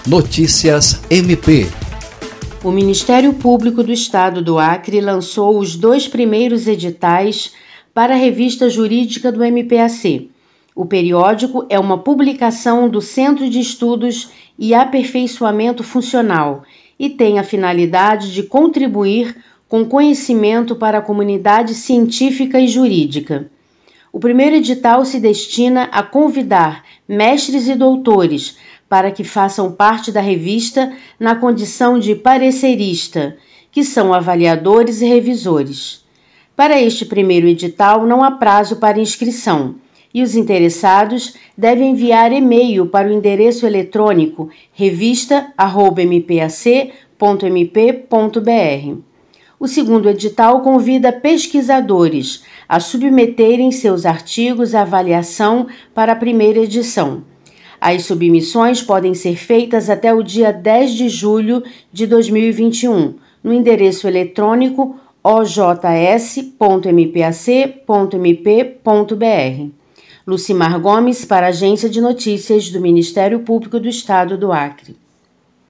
Notícias MP. O Ministério Público do Estado do Acre lançou os 2 primeiros editais para a revista jurídica do MPAC. O periódico é uma publicação do Centro de Estudos e Aperfeiçoamento Funcional e tem a finalidade de contribuir com conhecimento para a comunidade científica e jurídica. O primeiro edital se destina a convidar mestres e doutores para que façam parte da revista na condição de parecerista, que são avaliadores e revisores. Para este primeiro edital não há prazo para inscrição e os interessados devem enviar e-mail para o endereço eletrônico revista@mpac.mp.br. O segundo edital convida pesquisadores a submeterem seus artigos à avaliação para a primeira edição. As submissões podem ser feitas até o dia 10 de julho de 2021, no endereço eletrônico ojs.mpac.mp.br. Lucimar Gomes, para a Agência de Notícias do Ministério Público do Estado do Acre.